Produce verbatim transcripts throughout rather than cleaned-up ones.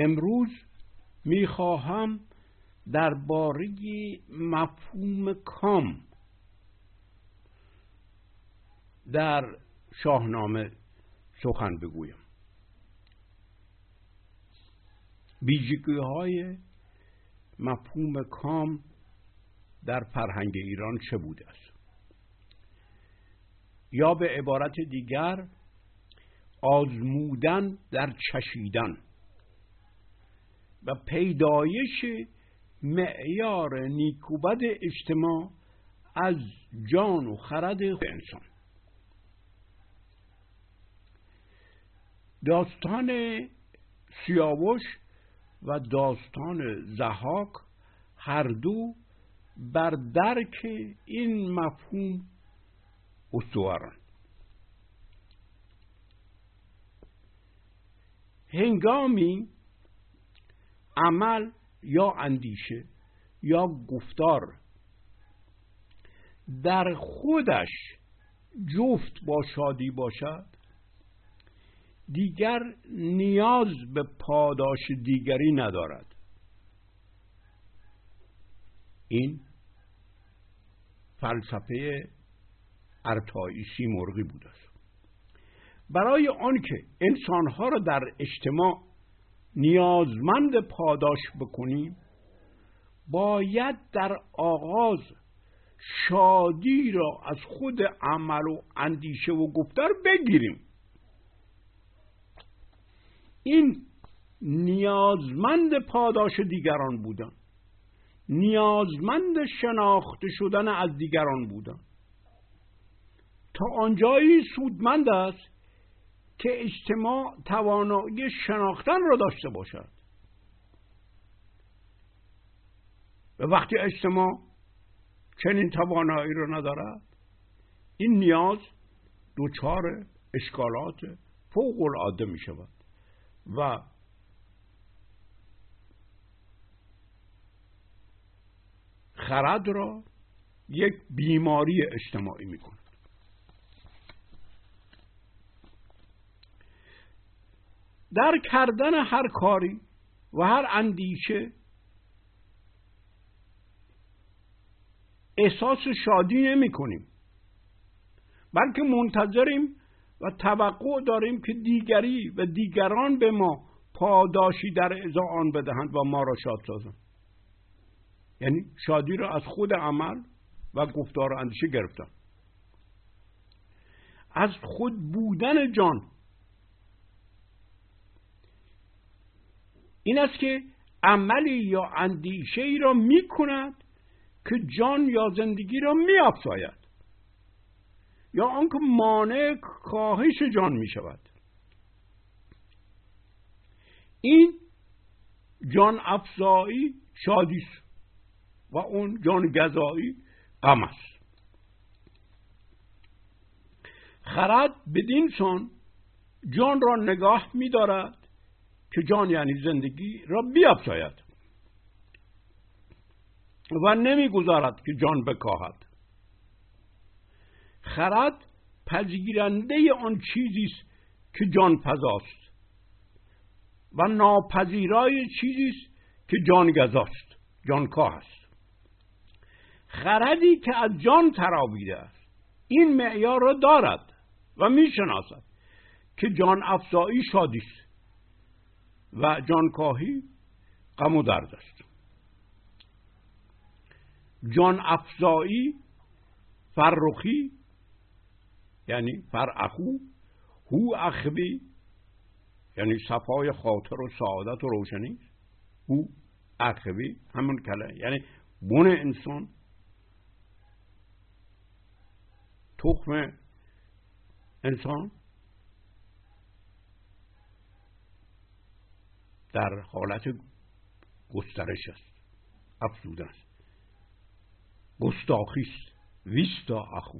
امروز میخواهم درباره مفهوم کام در شاهنامه سخن بگویم. ویژگی‌های مفهوم کام در فرهنگ ایران چه بوده است؟ یا به عبارت دیگر آزمودن در چشیدن و پیدایش معیار نیکوبد اجتماع از جان و خرد انسان. داستان سیاوش و داستان ضحاک هر دو بر درک این مفهوم استوارند. هنگامی عمل یا اندیشه یا گفتار در خودش جفت با شادی باشد، دیگر نیاز به پاداش دیگری ندارد. این فلسفه ارتایی سیمرغی بوده است. برای آنکه انسانها را در اجتماع نیازمند پاداش بکنیم، باید در آغاز شادی را از خود عمل و اندیشه و گفتار بگیریم. این نیازمند پاداش دیگران بودن، نیازمند شناخته شدن از دیگران بودن، تا آنجایی سودمند است که اجتماع توانایی شناختن را داشته باشد. و وقتی اجتماع چنین توانایی را ندارد، این نیاز دچار اشکالات فوق العاده می شود و خرد را یک بیماری اجتماعی می کند. در کردن هر کاری و هر اندیشه احساس شادی نمی کنیم، بلکه منتظریم و توقع داریم که دیگری و دیگران به ما پاداشی در ازای آن بدهند و ما را شاد سازند. یعنی شادی را از خود عمل و گفتار و اندیشه گرفتن. از خود بودن جان این است که عملی یا اندیشه ای را می کند که جان یا زندگی را می افزاید یا آنکه مانع کاهش جان می شود. این جان افزایی شادی است و اون جان گزایی غم است. خرد بدین سان جان را نگاه می دارد که جان یعنی زندگی را بیافزاید و نمیگذارد که جان بکاهد. خرد پذیرنده آن چیزی است که جان پزاست و ناپذیرای چیزی است که جان گزاست، جان کاه است. خردی که از جان تراویده است این معیار را دارد و میشناسد که جان افزایی شادی است و جانکاهی غم و درد است. جان افزایی فرخی یعنی فرخو، هو اخوی یعنی صفای خاطر و سعادت و روشنی، هو اخوی همون کلمه یعنی بن انسان، تخم انسان در حالت گسترش است، افزوده است، گستاخی است، ویستا اخو.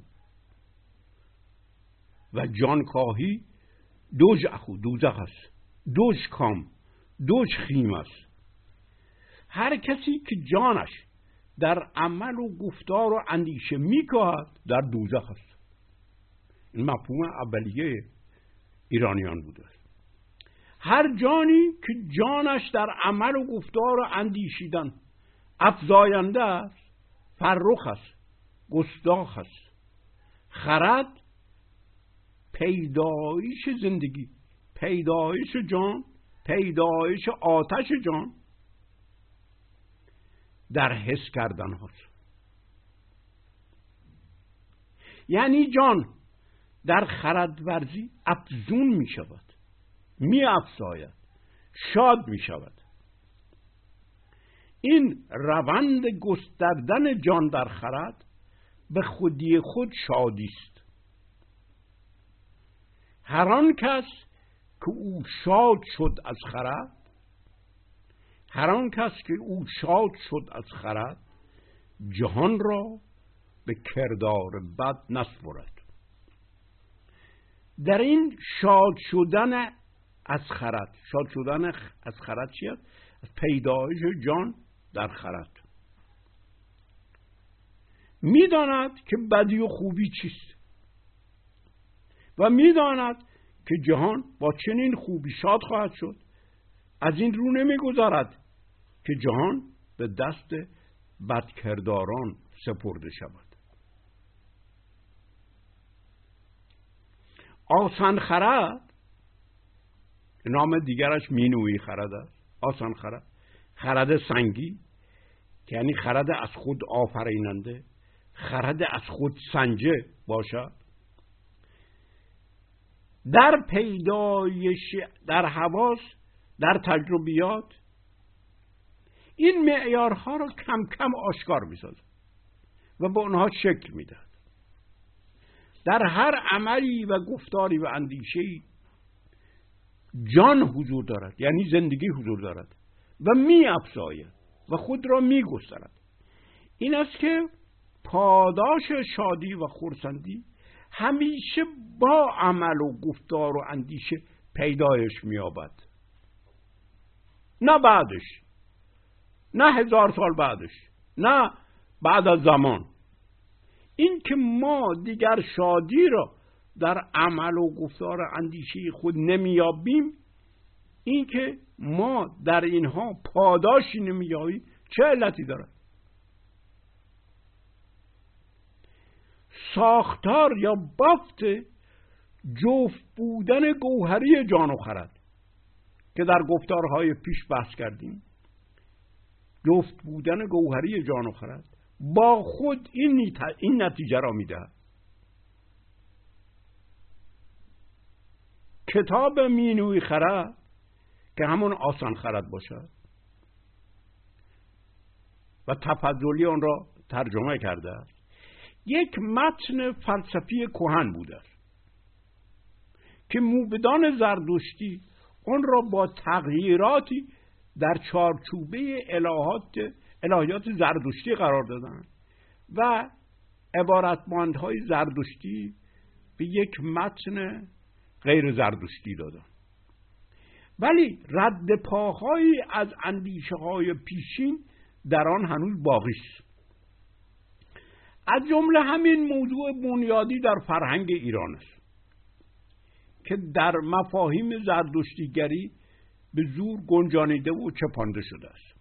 و جانکاهی دوج اخو، دوزخ است، دوج کام، دوج خیم است. هر کسی که جانش در عمل و گفتار و اندیشه میکاهد در دوزخ است. این مفهوم اولیه ایرانیان بوده است. هر جانی که جانش در عمل و گفتار و اندیشیدن افزاینده است، فرخ است، گستاخ است. خرد پیدایش زندگی، پیدایش جان، پیدایش آتش جان در حس کردن هاست. یعنی جان در خرد ورزی افزون می شود، می افزاید، شاد می شود. این روند گستردن جان در خرد به خودی خود شادی است. هر آن کس که او شاد شد از خرد، هر آن کس که او شاد شد از خرد، جهان را به کردار بد نسپرد. در این شاد شدن از خرد، شاد شدن از خرد چیه؟ از پیدایش جان در خرد. میداند که بدی و خوبی چیست و میداند که جهان با چنین خوبی شاد خواهد شد. از این رو نمیگذارد که جهان به دست بدکرداران سپرده شود. آسان خرد، نام دیگرش مینوی خرد است. آسان خرد، خرد سنگی که یعنی خرد از خود آفریننده، خرد از خود سنجه باشد. در پیدایش، در حواس، در تجربیات این معیارها را کم کم آشکار می‌سازد و به آنها شکل می‌دهد. در هر عملی و گفتاری و اندیشه‌ای جان حضور دارد، یعنی زندگی حضور دارد و می‌افزاید و خود را می‌گسترد. این است که پاداش شادی و خرسندی همیشه با عمل و گفتار و اندیشه پیدایش می‌یابد، نه بعدش، نه هزار سال بعدش، نه بعد از زمان. این که ما دیگر شادی را در عمل و گفتار و اندیشه خود نمیابیم، این که ما در اینها پاداشی نمیابیم، چه علتی دارد؟ ساختار یا بافت جفت بودن گوهری جان و خرد که در گفتارهای پیش بحث کردیم، جفت بودن گوهری جان و خرد با خود این, این نتیجه را میدهد. کتاب مینوی خرد که همون آسان خرد باشد و تفضلی آن را ترجمه کرده است، یک متن فلسفی کهن بوده است که موبدان زردشتی آن را با تغییراتی در چارچوبه الهات الهیات زردشتی قرار دادند و عبارتمندهای زردشتی به یک متن غیر زردشتی دادند. ولی رد پاهایی از اندیشه های پیشین در آن هنوز باقی است. از جمله همین موضوع بنیادی در فرهنگ ایران است که در مفاهیم زردشتیگری به زور گنجانیده و چپانده شده است.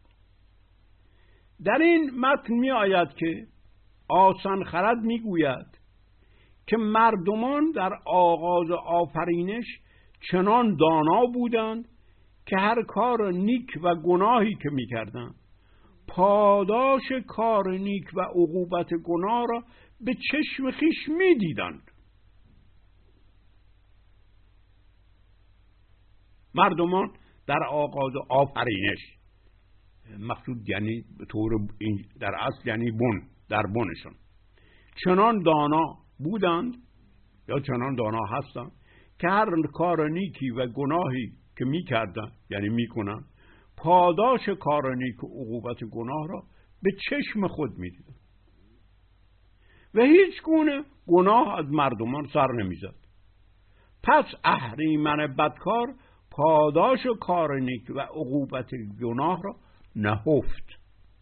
در این متن می آید که آسان خرد می گوید که مردمان در آغاز آفرینش چنان دانا بودند که هر کار نیک و گناهی که می کردند پاداش کار نیک و عقوبت گناه را به چشم خویش می دیدند. مردمان در آغاز آفرینش، مقصود یعنی به طور در اصل یعنی بن، در بنشون چنان دانا بودند یا چنان دانا هستند که هر کار نیکی و گناهی که می کردن یعنی می کنن پاداش کار نیک و عقوبت گناه را به چشم خود می دیدن و هیچ گونه گناه از مردمان سر نمی زد. پس اهریمن بدکار پاداش کار نیک و عقوبت گناه را نهفت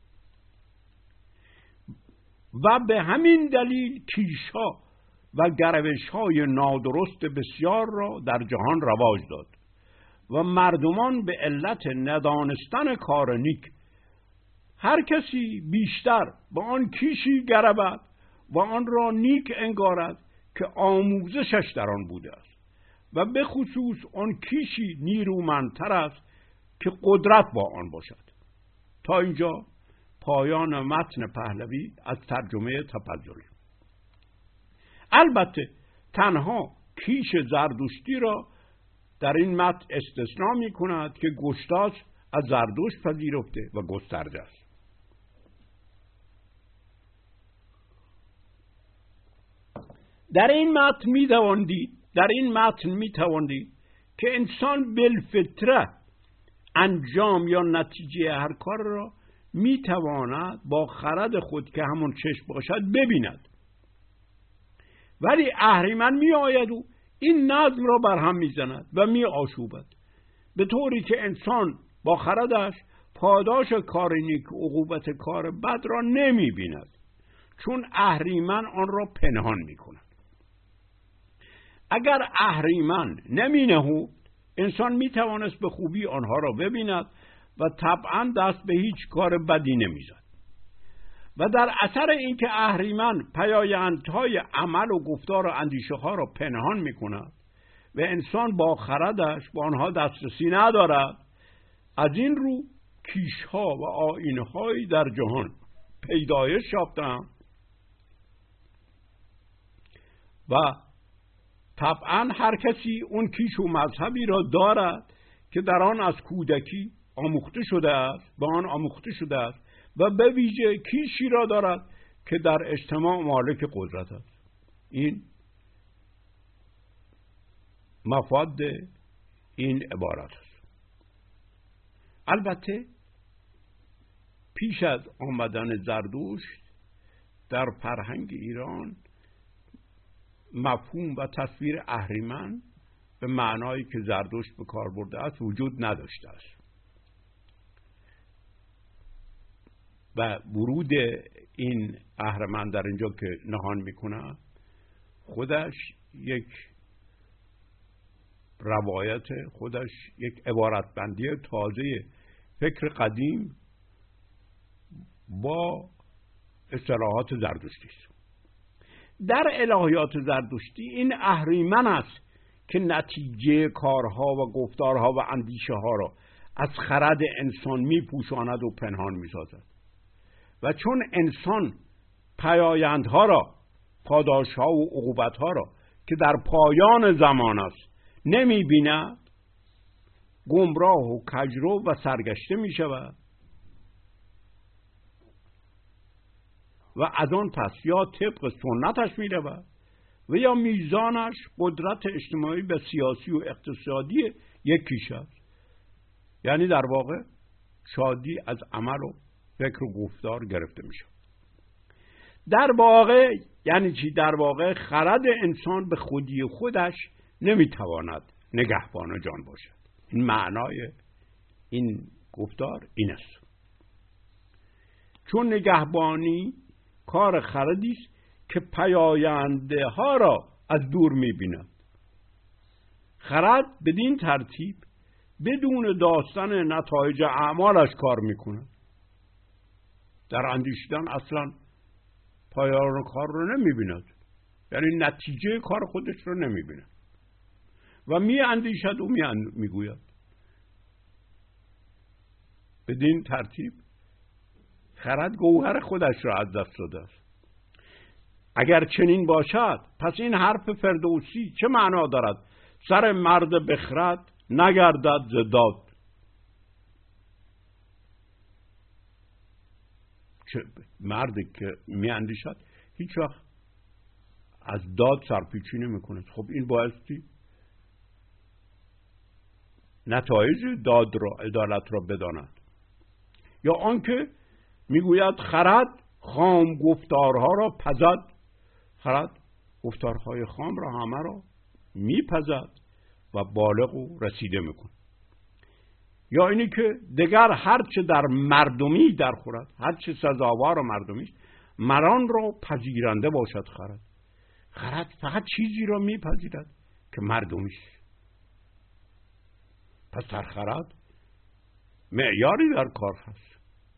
و به همین دلیل کیش‌ها و گروش‌های نادرست بسیار را در جهان رواج داد و مردمان به علت ندانستن کار نیک. هر کسی بیشتر به آن کیشی گربد و آن را نیک انگارد که آموزشش در آن بوده است و به خصوص آن کیشی نیرومندتر است که قدرت با آن باشد. تا اینجا پایان متن پهلوی از ترجمه تپزری. البته تنها کیش زردشتی را در این متن استثنا می کند که گشتاس از زردشت پذیرفته و گسترده است. در این متن می تواندید در این متن می تواندید که انسان بالفطره انجام یا نتیجه هر کار را می تواند با خرد خود که همون چشم باشد ببیند، ولی اهریمن می آید و این نظم را برهم می زند و می آشوبد، به طوری که انسان با خردش پاداش کار نیک و عقوبت کار بد را نمی بیند، چون اهریمن آن را پنهان می کند. اگر اهریمن نمی نهود، انسان می توانست به خوبی آنها را ببیند و طبعا دست به هیچ کار بدی نمی زد. و در اثر اینکه اهریمن پیایندهای عمل و گفتار و اندیشه ها را پنهان می کند و انسان با خردش با آنها دسترسی ندارد، از این رو کیشها و آیین‌هایی در جهان پیدایش یافتند و طبعا هر کسی اون کیش و مذهبی را دارد که در آن از کودکی آموخته شده است، به آن آموخته شده است و به ویژه کیشی را دارد که در اجتماع مالک قدرت است. این مفاد این عبارت است. البته پیش از آمدن زردشت در فرهنگ ایران مفهوم و تصویر اهریمن به معنایی که زردشت به کار برده است وجود نداشته است و ورود این اهریمن در اینجا که نهان میکنه خودش یک روایت، خودش یک عبارتبندی تازه فکر قدیم با اصطلاحات زردشتی است. در الهیات زردشتی این اهریمن است که نتیجه کارها و گفتارها و اندیشه ها را از خرد انسان میپوشاند و پنهان میسازد و چون انسان پیایندها را، پاداشها و عقوبتها را که در پایان زمان است نمیبیند، گمراه و کجرو و سرگشته میشود و از آن پس یا طبق سنتش می رود و یا میزانش قدرت اجتماعی و سیاسی و اقتصادی یکیش است. یعنی در واقع شادی از عمل و فکر و گفتار گرفته می شود. در واقع یعنی چی؟ در واقع خرد انسان به خودی خودش نمی تواند نگهبان جان باشد. این معنای این گفتار این است. چون نگهبانی کار خردی است که پیاینده ها را از دور می‌بیند. خرد بدین ترتیب بدون داشتن نتایج اعمالش کار می‌کند. در اندیشیدن اصلا پایان کار رو نمی‌بیند، یعنی نتیجه کار خودش رو نمی‌بیند و می‌اندیشد و می‌گوید. بدین ترتیب خرد گوهر خودش را از دست داده است. اگر چنین باشد پس این حرف فردوسی چه معنا دارد؟ سر مرد بخرد نگردد ز داد. چه مردی که می اندیشد هیچ وقت از داد سرپیچی نمی کند. خب این بایستی نتایج داد را، عدالت را بداند. یا آنکه میگوید خرد خام گفتارها را پزد. خرد گفتارهای خام را همه را میپزد و بالغ و رسیده میکن. یا اینی که دگر هرچه در مردمی در خورد، هرچه سزاوار مردمی است، مران را پذیرنده باشد. خرد خرد فقط چیزی را میپذیرد که مردمی است. پس در خرد معیاری در کار هست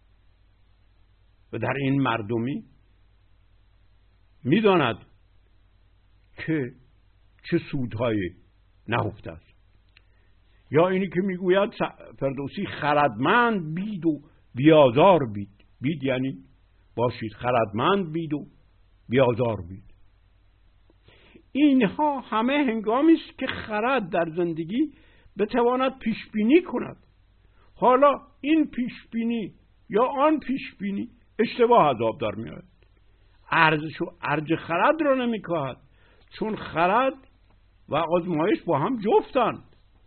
و در این مردمی میداند که چه سودهای نهفته است. یا اینی که میگوید فردوسی خردمند بید و بیازار بید. بید یعنی باشید خردمند بید و بیازار بید. اینها همه هنگامی است که خرد در زندگی بتواند پیش بینی کند. حالا این پیش بینی یا آن پیش بینی اشتباه از آب در میآید. ارزش و ارج خرد را نمیکاهد، چون خرد و آزمایش با هم جفتند.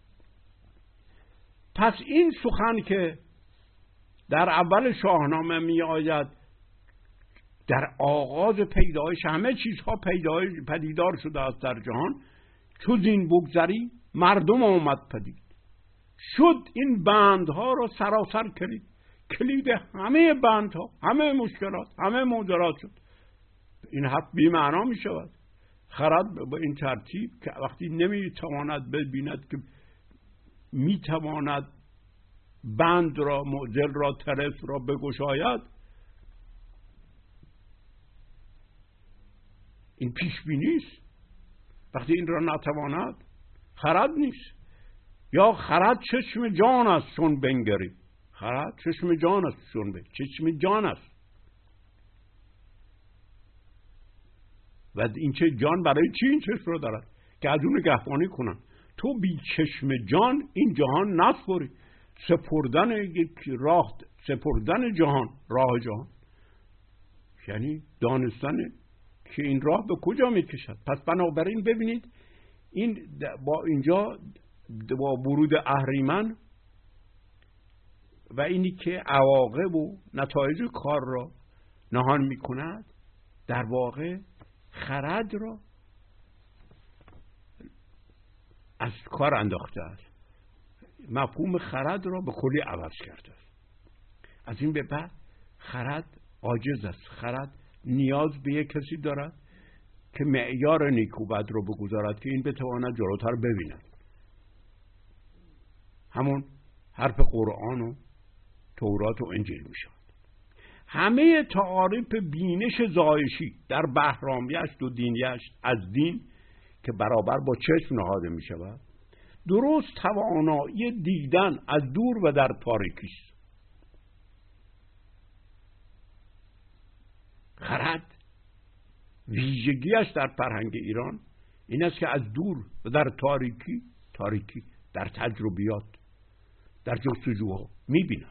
پس این سخن که در اول شاهنامه می آید در آغاز پیدایش همه چیزها پیدایش پدیدار شده است در جهان، چو زین بگذری مردم آمد پدید، شد این بندها را سراسر کلید. کلید همه بندها، همه مشکلات، همه معضلات شد. این حرف بی معنا می شود. خرد با این ترتیب که وقتی نمی تواند ببیند که می تواند بند را، معضل را، طرف را بگشاید، این پیش بینی است. وقتی این را نتواند خرد نیست. یا خرد چشم جان است چون بنگری. خرد چشم جان است چون بنگری. چشم جان است. و این چه جان برای چی این چشم رو دارد؟ که از اون نگهبانی کنن. تو بی چشم جان این جهان نسپری. سپردن یک راه، سپردن جهان، راه جهان، یعنی دانستن که این راه به کجا می کشد. پس بنابراین ببینید این با اینجا با ورود اهریمن و اینی که عواقب و نتایج کار را نهان می کند، در واقع خرد را از کار انداخته است. مفهوم خرد را به کلی عوض کرده است. از این به بعد خرد عاجز است. خرد نیاز به یک کسی دارد که معیار نیک و بد رو بگذارد که این بتواند جلوتر ببیند. همون حرف قرآن و تورات و انجیل می شود. همه تعاریف بینش زایشی در بهرامیشت و دینیشت از دین که برابر با چشم نهاده می شود، درست توانایی دیدن از دور و در تاریکی است. خرد ویژگیش در فرهنگ ایران این است که از دور و در تاریکی تاریکی در تجربیات، در جستجوها می‌بینند.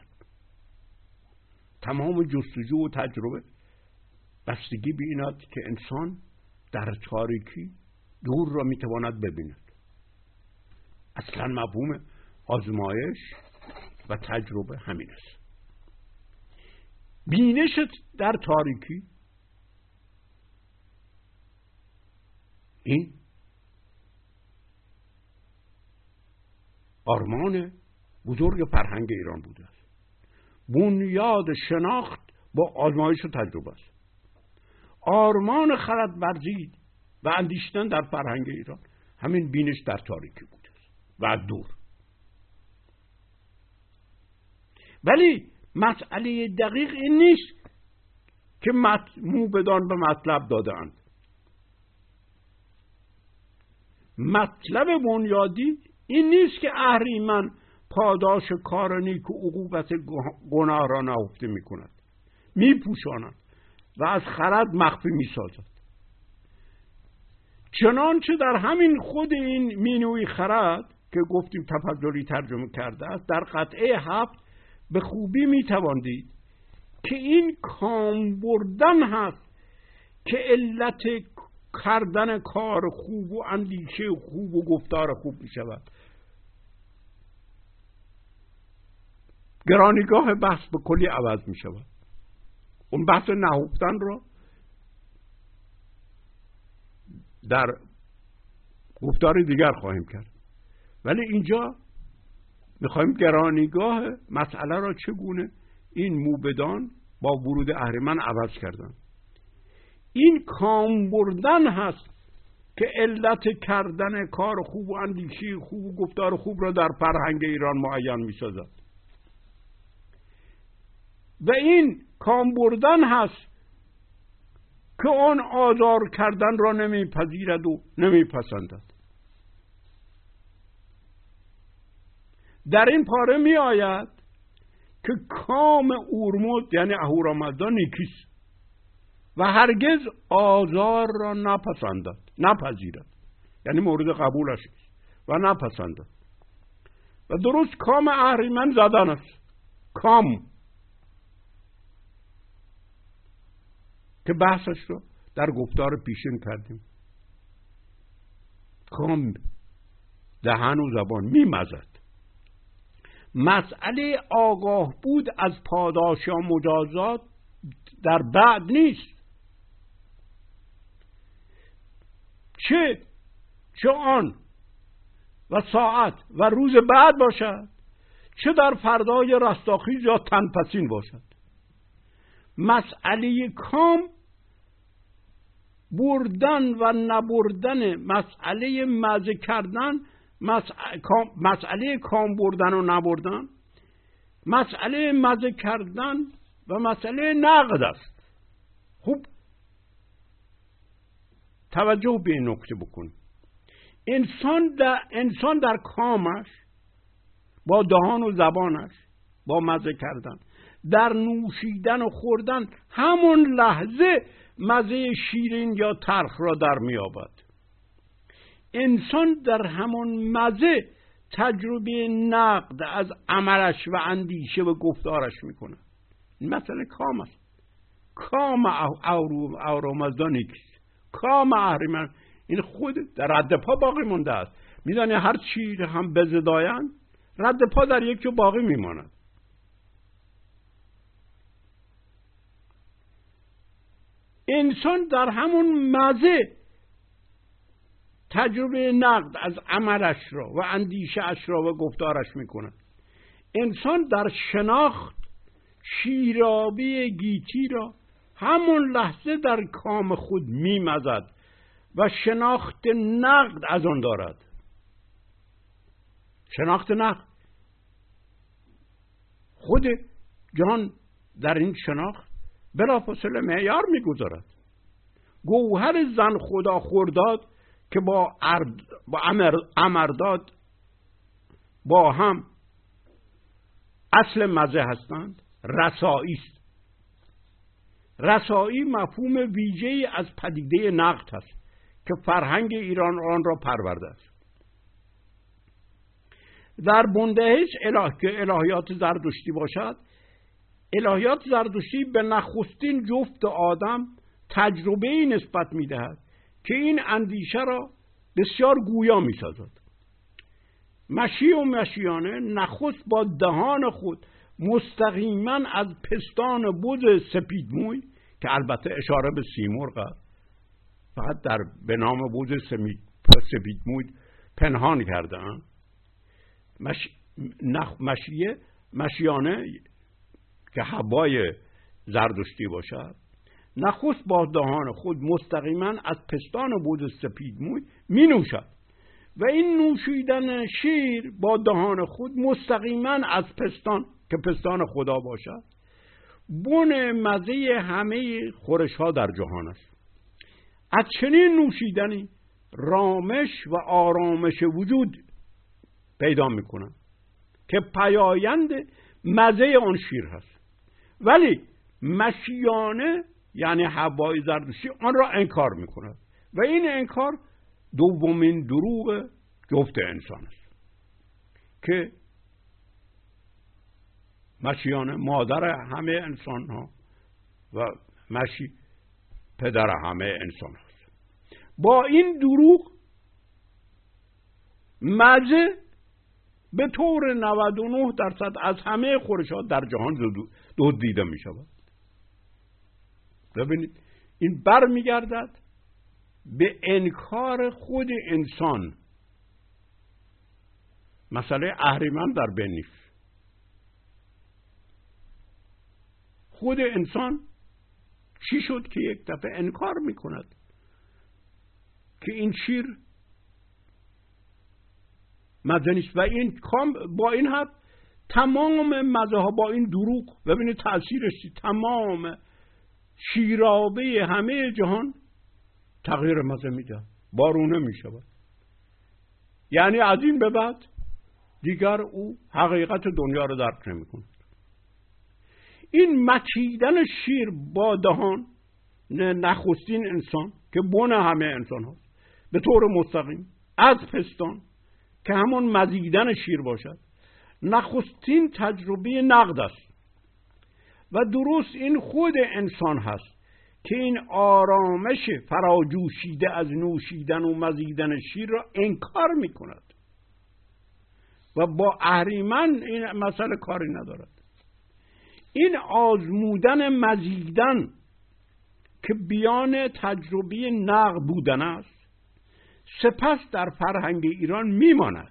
تمام جستجو و تجربه بستگی به این است که انسان در تاریکی دور را میتواند ببیند. اصلا مفهوم آزمایش و تجربه همین است. بینش در تاریکی این آرمان بزرگ فرهنگ ایران بوده است. بنیاد شناخت با آزمایش و تجربه است. آرمان خرد ورزید و اندیشیدن در فرهنگ ایران همین بینش در تاریکی بوده است و دور. ولی مسئله دقیق این نیست که موبدان به مطلب دادند. مطلب بنیادی این نیست که اهریمن پاداش کار نیک و عقوبت گناه را نهفته می کند، می پوشاند و از خرد مخفی می سازد. چنانچه در همین خود این مینوی خرد که گفتیم تفضلی ترجمه کرده است، در قطعه هفت به خوبی می توان دید که این کام بردن هست که علت کردن کار خوب و اندیشه خوب و گفتار خوب می شود. گرانیگاه بحث به کلی عوض می شود. اون بحث نهفتن رو در گفتار دیگر خواهیم کرد، ولی اینجا میخوایم گرانیگاه مسئله را چگونه این موبدان با ورود اهریمن عوض کردن. این کام بردن هست که علت کردن کار خوب و اندیشه خوب و گفتار خوب را در فرهنگ ایران معین می سازد و این کام بردن هست که آن آزار کردن را نمیپذیرد و نمیپسندد. در این پاره می آید که کام اورمزد یعنی اهورامزدا نیکیست و هرگز آزار را نپسندد، نپذیرد، یعنی مورد قبولش است و نپسندد. و درست کام اهریمن زدن است، کام که بحثش رو در گفتار پیشین کردیم. کام دهن و زبان میمزد. مسئله آگاه بود از پاداش یا مجازات در بعد نیست، چه چه آن و ساعت و روز بعد باشد، چه در فردای رستاخیز یا تنپسین باشد. مسئله کام بردن و نبردن، مسئله مزه کردن، مسئله کام, مسئله کام بردن و نبردن، مسئله مزه کردن و مسئله نقد است. خوب توجه به این نکته بکن. انسان در, انسان در کامش با دهان و زبانش با مزه کردن، در نوشیدن و خوردن همون لحظه مزه شیرین یا تلخ را در می‌یابد. انسان در همون مزه تجربه نقد از عملش و اندیشه و گفتارش میکنه. این مسئله کام است. کام اهورامزدا نیکیست، کام اهریمن این خود در رد پا باقی مونده است. میدانی هر چی هم بزداین رد پا در یک جو باقی میماند. انسان در همون مزه تجربه نقد از عملش را و اندیشه‌اش را و گفتارش میکنه. انسان در شناخت شیرابی گیتی را همون لحظه در کام خود میمزد و شناخت نقد از آن دارد. شناخت نقد خود جان در این شناخت بلافاصله معیار میگذارد. گوهر زن خدا خورداد که با با امرداد با هم اصل مزه هستند رسایی است. رسایی مفهوم ویژه‌ای از پدیده نقد است که فرهنگ ایران آن را پرورده است. در بندهش اله که الهیات زردشتی باشد، الهیات زردشتی به نخستین جفت آدم تجربه‌ای نسبت می‌دهد که این اندیشه را بسیار گویا می‌سازد. مشی و مشیانه نخست با دهان خود مستقیما از پستان بز سپید موی که البته اشاره به سیمرغ است، فقط در به نام بز سپید موی پنهان کرده‌اند. مش... نخ... مشیه مشیانه که حوای زردشتی باشد نخست با دهان خود مستقیما از پستان بز سپید موی می نوشد و این نوشیدن شیر با دهان خود مستقیما از پستان که پستان خدا باشد بن مزه همه خورش ها در جهان است. از چنین نوشیدنی رامش و آرامش وجود پیدا می کنند که پیایند مزه آن شیر هست. ولی مشیانه یعنی حوای زردشتی آن را انکار می کند و این انکار دومین دروغ جفت انسان است که مشیانه مادر همه انسان ها و مشی پدر همه انسان هست. با این دروغ مزه به طور نود و نه درصد از همه خورشات در جهان دزدیده می شود. ببینید این بر می گردد به انکار خود انسان. مسئله اهریمن در بین نیست. خود انسان چی شد که یک دفعه انکار می کند؟ که این شیر مزه نیست و این کام با این حرف تمام مزه ها با این دروغ ببینید تأثیرش تمام شیرابه همه جهان تغییر مزه میده، بارونه میشود. یعنی از این به بعد دیگر او حقیقت دنیا رو درک نمیکنه. این مکیدن شیر با دهان نخستین انسان که بن همه انسان هاست به طور مستقیم از پستان که همون مزیدن شیر باشد، نخستین تجربه نقد است و درست این خود انسان هست که این آرامش فراجوشیده از نوشیدن و مزیدن شیر را انکار می کند و با اهریمن این مسئله کاری ندارد. این آزمودن مزیدن که بیان تجربه نقد بودن است سپس در فرهنگ ایران میماند.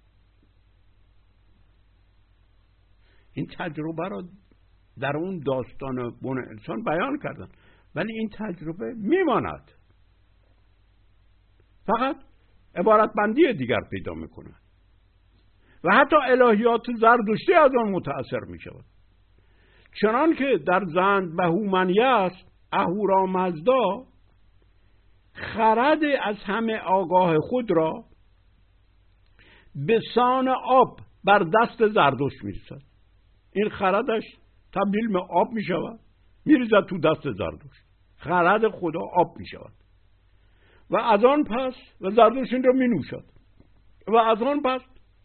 این تجربه را در اون داستان بن انسان بیان کردن ولی این تجربه میماند، فقط عبارت بندی دیگر پیدا میکنه و حتی الهیات زردشتی از آن متأثر میشود. چنان که در زند بهومنیه است اهورامزدا خرد از همه آگاه خود را به سان آب بر دست زردشت میرسد. این خردش تبدیل به آب میشود، میریزد تو دست زردشت، خرد خدا آب میشود و از آن پس و زردشت این را مینوشد و از آن پس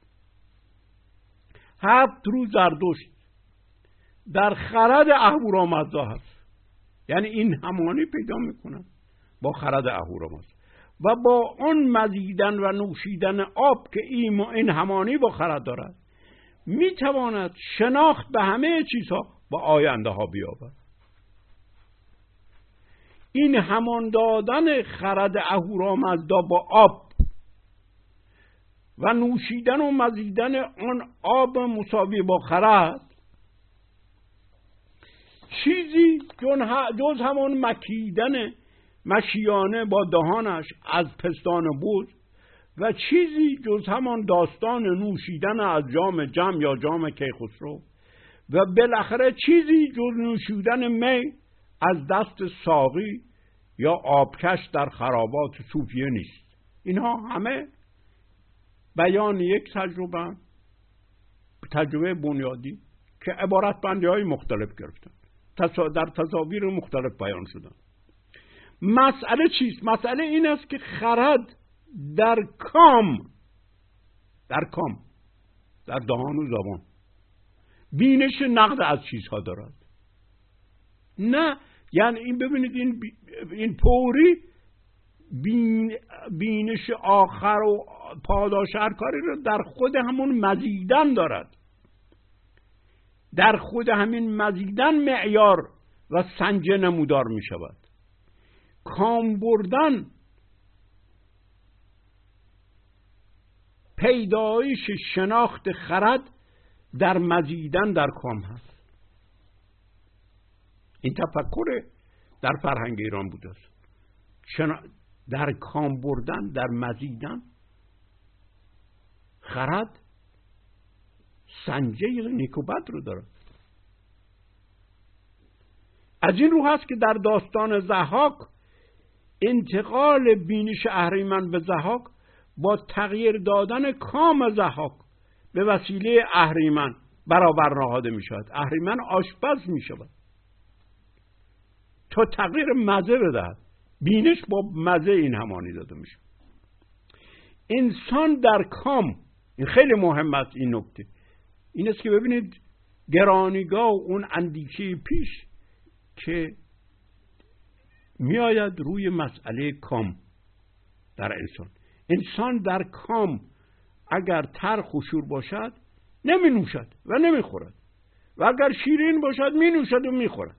هفت روز زردشت در خرد اهورامزدا هست. یعنی این همانی پیدا میکنن با خرد اهورامزدا و با اون مزیدن و نوشیدن آب که این این همانی با خرد دارد میتواند شناخت به همه چیزها با آینده ها بیابد. این همان دادن خرد اهورامزدا با آب و نوشیدن و مزیدن آن آب مساوی با خرد چیزی جز همون مکیدن مشیانه با دهانش از پستان بود و چیزی جز همان داستان نوشیدن از جام جم یا جام کیخسرو و بالاخره چیزی جز نوشیدن می از دست ساقی یا آبکش در خرابات صوفیه نیست. اینها همه بیان یک تجربه تجربه بنیادی که عبارت بندی های مختلف گرفتن در تصاویر مختلف بیان شدن. مسئله چیست؟ مسئله این است که خرد در کام در کام در دهان و زبان بینش نقد از چیزها دارد. نه یعنی این ببینید این این پوری بین بینش آخر و پاداش هر کاری رو در خود همون مزیدن دارد. در خود همین مزیدن معیار و سنجه نمودار می شود. کام بردن پیدایش شناخت خرد در مزیدن در کام هست. این تفکر در فرهنگ ایران بوده است. در کام بردن در مزیدن خرد سنجه نیک و بد رو داره. از این رو هست که در داستان ضحاک انتقال بینش اهریمن به ضحاک با تغییر دادن کام ضحاک به وسیله اهریمن برابر نهاده می شود. اهریمن آشپز می شود تا تغییر مزه بدهد. بینش با مزه این همانی داده می شود. انسان در کام، این خیلی مهم است این نکته، این است که ببینید گرانیگاه و اون اندیشه پیش که می آید روی مسئله کام در انسان. انسان در کام اگر تلخ و شور باشد نمی نوشد و نمی خورد و اگر شیرین باشد می نوشد و می خورد.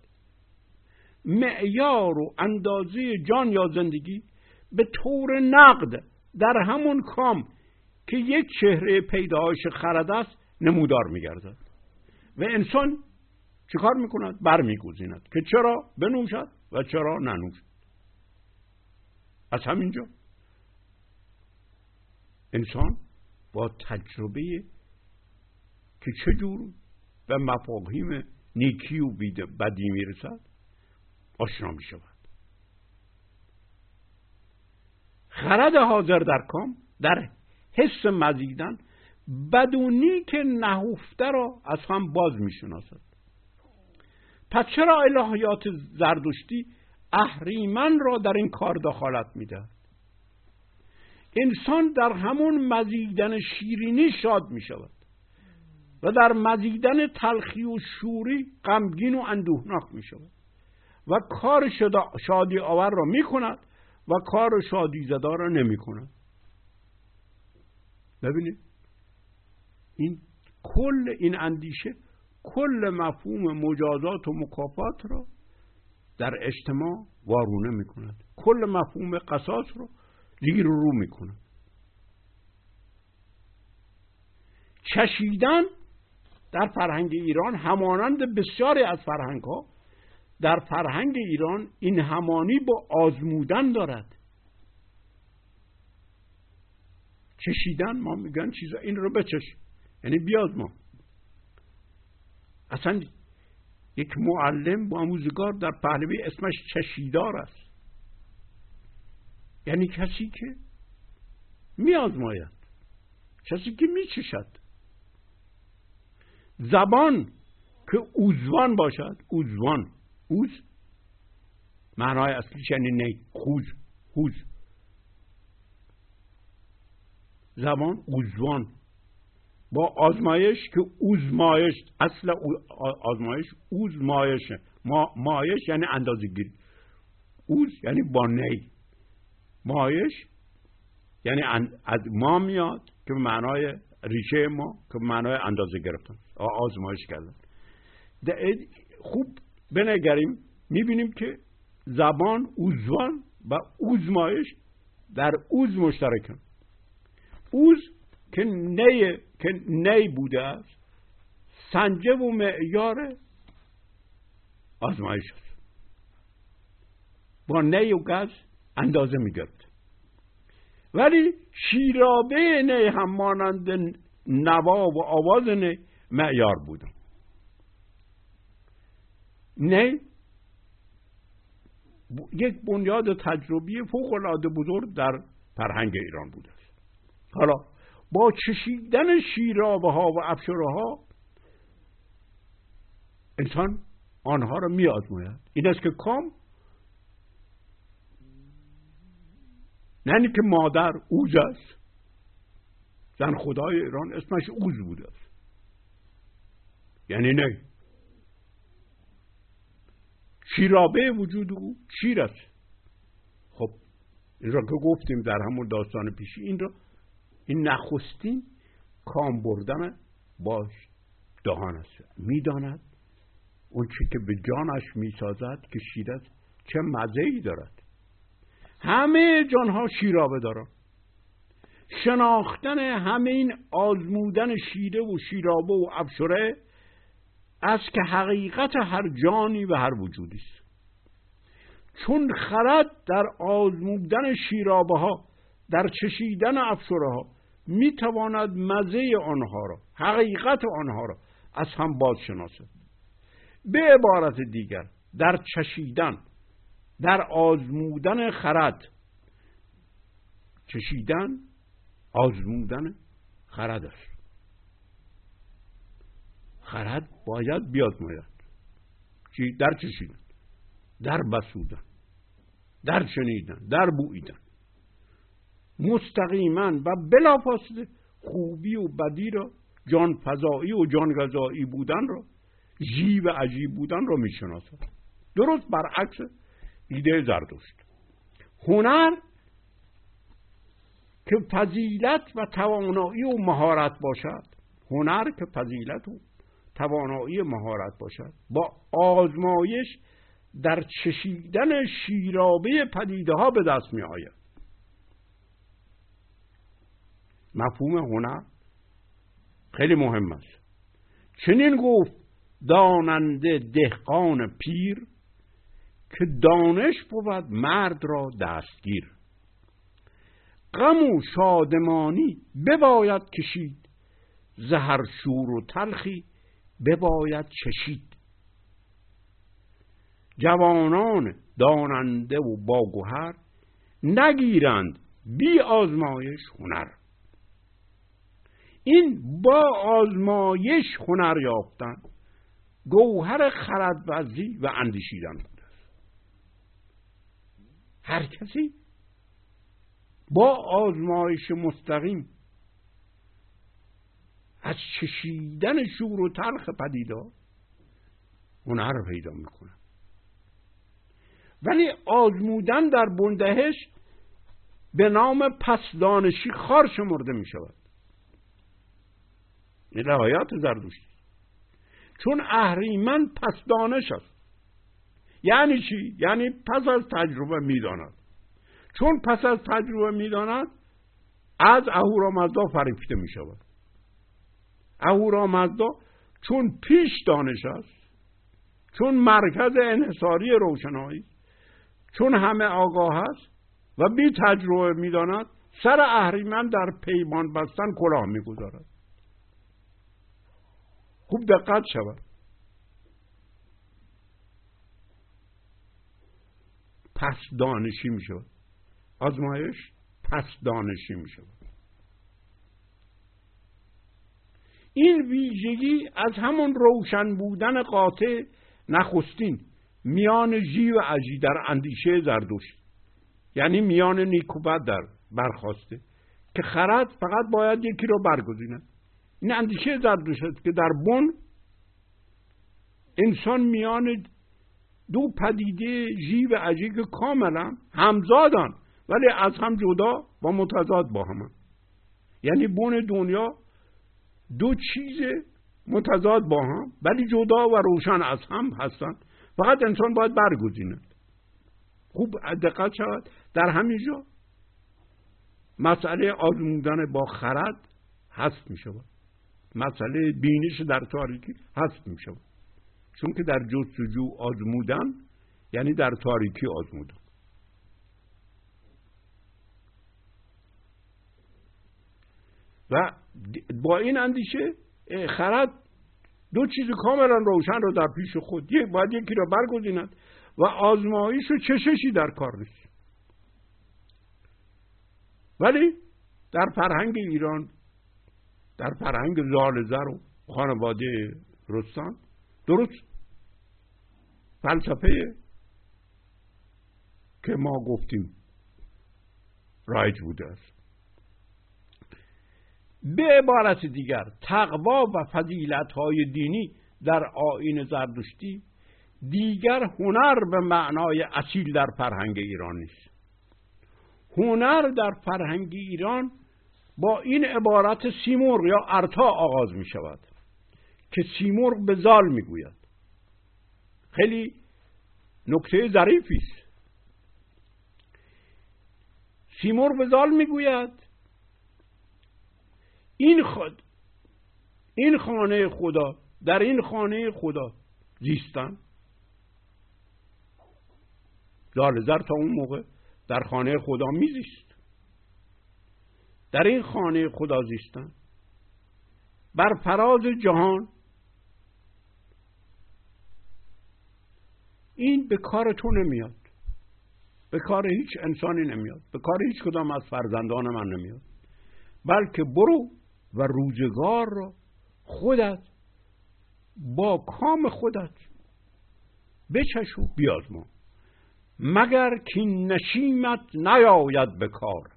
معیار و اندازه جان یا زندگی به طور نقد در همون کام که یک چهره پیدایش خرد است نمودار می گردد و انسان چیکار می کند؟ بر می گزیند که چرا بنوشد و چرا ننوشد. از همینجا انسان با تجربه که چجور به مفاهیم نیکی و بدی میرسد آشنا می شود. خرد حاضر در کام در حس مزیدن بدونی که نهفته را از هم باز می شناسد. پس چرا الهیات زردشتی اهریمن را در این کار دخالت می دهد؟ انسان در همون مزیدن شیرینی شاد می شود و در مزیدن تلخی و شوری غمگین و اندوهناک می شود و کار شادی آور را می کند و کار شادی زدا را نمی کند. ببینید این کل این اندیشه کل مفهوم مجازات و مکافات را در اجتماع وارونه می کند. کل مفهوم قصاص را زیر و رو می کند. چشیدن در فرهنگ ایران همانند بسیاری از فرهنگ ها در فرهنگ ایران این همانی با آزمودن دارد. چشیدن ما میگن چیزا این رو بچش، یعنی بیازما. اصلا یک معلم با آموزگار در پهلوی اسمش چشیدار است، یعنی کسی که میازماید، کسی که میچشد. زبان که اوزوان باشد، اوزوان، اوز معنای اصلیش یعنی نی، خوز، خوز. زبان اوزوان با آزمایش که اوزمایش، اصل آزمایش اوزمایشه، ما مایش یعنی اندازه گیری، اوز یعنی با نی، مایش یعنی از ما میاد که معنای ریشه ما که معنای اندازه گرفتن، آزمایش کردن. خوب بنگریم میبینیم که زبان اوزوان و اوزمایش در اوز مشترکن. اوز که نی که نی بوده است سنجه و معیار آزمایش است، با نی و گز اندازه میگرد. ولی شیرابه نی هم مانند نوا و آواز نی معیار بوده. نی یک بنیاد تجربی فوق العاده بزرگ در فرهنگ ایران بوده است. حالا با چشیدن شیرابه ها و افشاره ها انسان آنها را می آزماید. این است که کام نه که مادر اوز است، زن خدای ایران اسمش اوز بوده است، یعنی نه شیرابه وجود او شیر است. خب این را که گفتیم در همون داستان پیشی، این را این نخستین کام بردن باش دهان است. میداند اون چی که به جانش میسازد که شیر است چه مزه‌ای دارد. همه جانها شیرابه دارن. شناختن همه این آزمودن شیره و شیرابه و ابشره است که حقیقت هر جانی و هر وجودی است. چون خرد در آزمودن شیرابه ها، در چشیدن ابشره ها میتواند مزه آنها را، حقیقت آنها را از هم باز شناسد. به عبارت دیگر در چشیدن، در آزمودن خرد، چشیدن آزمودن خرد است. خرد باید بیازماید. چی؟ در چشیدن، در بسودن، در شنیدن، در بویدن، مستقیما و بلافاصله خوبی و بدی را، جان فزایی و جان غذایی بودن را، ژیو و عجیب بودن را میشناسد. درست برعکس ایده زردشت. هنر که فضیلت و توانایی و مهارت باشد، هنر که فضیلت و توانایی مهارت باشد، با آزمایش در چشیدن شیرابه پدیده ها به دست می آید. مفهوم هنر خیلی مهم است. چنین گفت داننده دهقان پیر که دانش بود مرد را دستگیر. غم و شادمانی بباید کشید، زهر شور و تلخی بباید چشید. جوانان داننده و باگوهر، نگیرند بی آزمایش هنر. این با آزمایش هنر یافتن گوهر خردورزی و اندیشیدن بوده است. هر کسی با آزمایش مستقیم از چشیدن شور و تلخ پدیدار هنر پیدا میکنه. ولی آزمودن در بندهش به نام پسدانشی خار شمرده می شود. این روایات زردشتی. چون اهریمن پسدانش است. یعنی چی؟ یعنی پس از تجربه می داند. چون پس از تجربه می داند از اهورامزدا فریفته می شود. اهورامزدا چون پیش دانش است، چون مرکز انحصاری روشنایی، چون همه آگاه است و بی تجربه می داند، سر اهریمن در پیمان بستن کلاه می گذارد. خوب دقت شود. پس دانشی می شود. آزمایش پس دانشی می شود. این ویژگی از همون روشن بودن قاطع نخستین میان ژی و اژی در اندیشه زردشت، یعنی میان نیک و بد در برخواسته که خرد فقط باید یکی رو برگزیند. این اندیشه زردشت است که در بن انسان میان دو پدیده ژی و اژی که کاملا همزادن ولی از هم جدا و متضاد با هم، یعنی بن دنیا دو چیز متضاد با هم ولی جدا و روشن از هم هستند. فقط انسان باید برگزیند. خوب دقت شود. در همینجا مسئله آزمودن با خرد هست می شود. مسئله بینش در تاریکی هست می شود. چون که در جستجو آزمودن یعنی در تاریکی آزمودن. و با این اندیشه خرد دو چیز کاملا روشن رو در پیش خود، یک باید یکی رو برگزیند و آزمایش و چششی در کار نیست. ولی در فرهنگ ایران، در فرهنگ زال زر و خانواده رستم، درست فلسفه که ما گفتیم رایج بوده است. به عبارت دیگر تقوا و فضیلت‌های دینی در آیین زردشتی دیگر هنر به معنای اصیل در فرهنگ ایران نیست. هنر در فرهنگ ایران با این عبارت سیمرغ یا ارتا آغاز می شود که سیمرغ به زال می گوید. خیلی نکته ظریفی است. سیمرغ به زال می گوید این خود این خانه خدا، در این خانه خدا زیستن. زال زر تا اون موقع در خانه خدا میزیست. در این خانه خدا زیستن، بر فراز جهان. این به کار تو نمیاد، به کار هیچ انسانی نمیاد، به کار هیچ کدام از فرزندان من نمیاد، بلکه برو و روزگار را خودت با کام خودت بچش و بیازما، مگر که نشیمت نیاید به کار.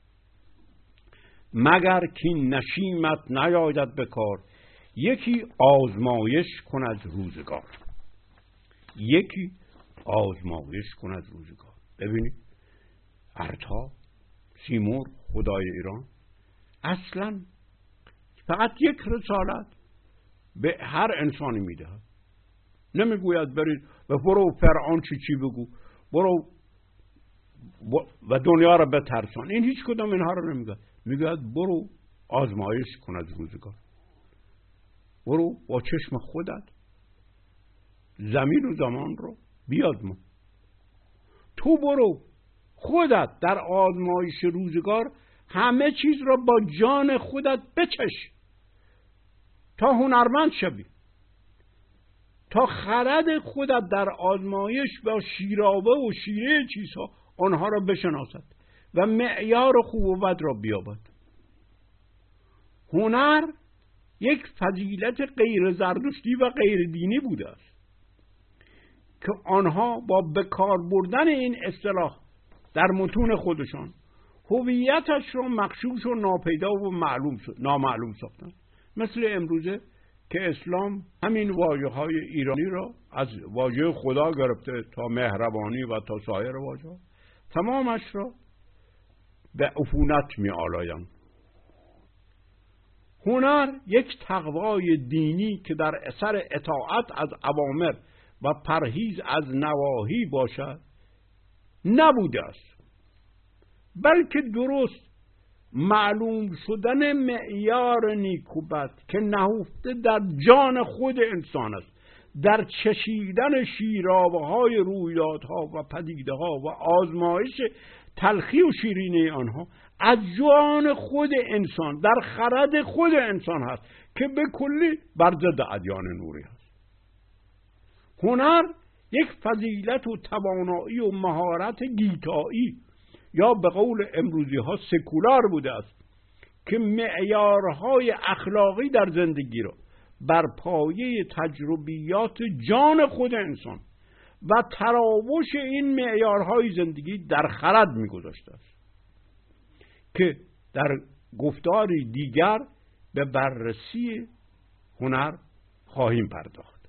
مگر که نشیمت نیاید به کار، یکی آزمایش کن از روزگار. یکی آزمایش کن از روزگار. ببینید ارتا سیمرغ خدای ایران اصلا فقط یک رسالت به هر انسانی میدهد. نمیگوید برید و برو فرعون چی چی بگو، برو و دنیا را بترسان. این هیچ کدام اینها رو نمیگه. میگوید برو آزمایش کن از روزگار. برو با چشم خودت زمین و زمان رو بیازما. تو برو خودت در آزمایش روزگار همه چیز را با جان خودت بچش تا هنرمند شوی، تا خرد خودت در آزمایش با شیرابه و شیره چیزها آنها را بشناسد و معیار خوب و بد را بیابد. هنر یک فضیلت غیر زردشتی و غیر دینی بوده است که آنها با بکار بردن این اصطلاح در متون خودشان هویتش را مغشوش و ناپیدا و معلوم نامعلوم ساختند. مثل امروزه که اسلام همین واژه‌های ایرانی را از واژه خدا گرفته تا مهربانی و تا سایر واژه‌ها تمامش را به عفونت می‌آلایند. هنر یک تقوای دینی که در اثر اطاعت از اوامر و پرهیز از نواهی باشد نبوده است، بلکه درست معلوم شدن معیار نیک و بد که نهفته در جان خود انسان است، در چشیدن شیرابه های رویدادها و پدیده ها و آزمایش تلخی و شیرینی آنها از جان خود انسان در خرد خود انسان هست که به کلی بر ضد ادیان نوری هست. هنر یک فضیلت و توانایی و مهارت گیتایی یا به قول امروزی ها سکولار بوده است که معیارهای اخلاقی در زندگی را بر پایه تجربیات جان خود انسان و تراوش این معیارهای زندگی در خرد می‌گذاشته است که در گفتاری دیگر به بررسی هنر خواهیم پرداخت.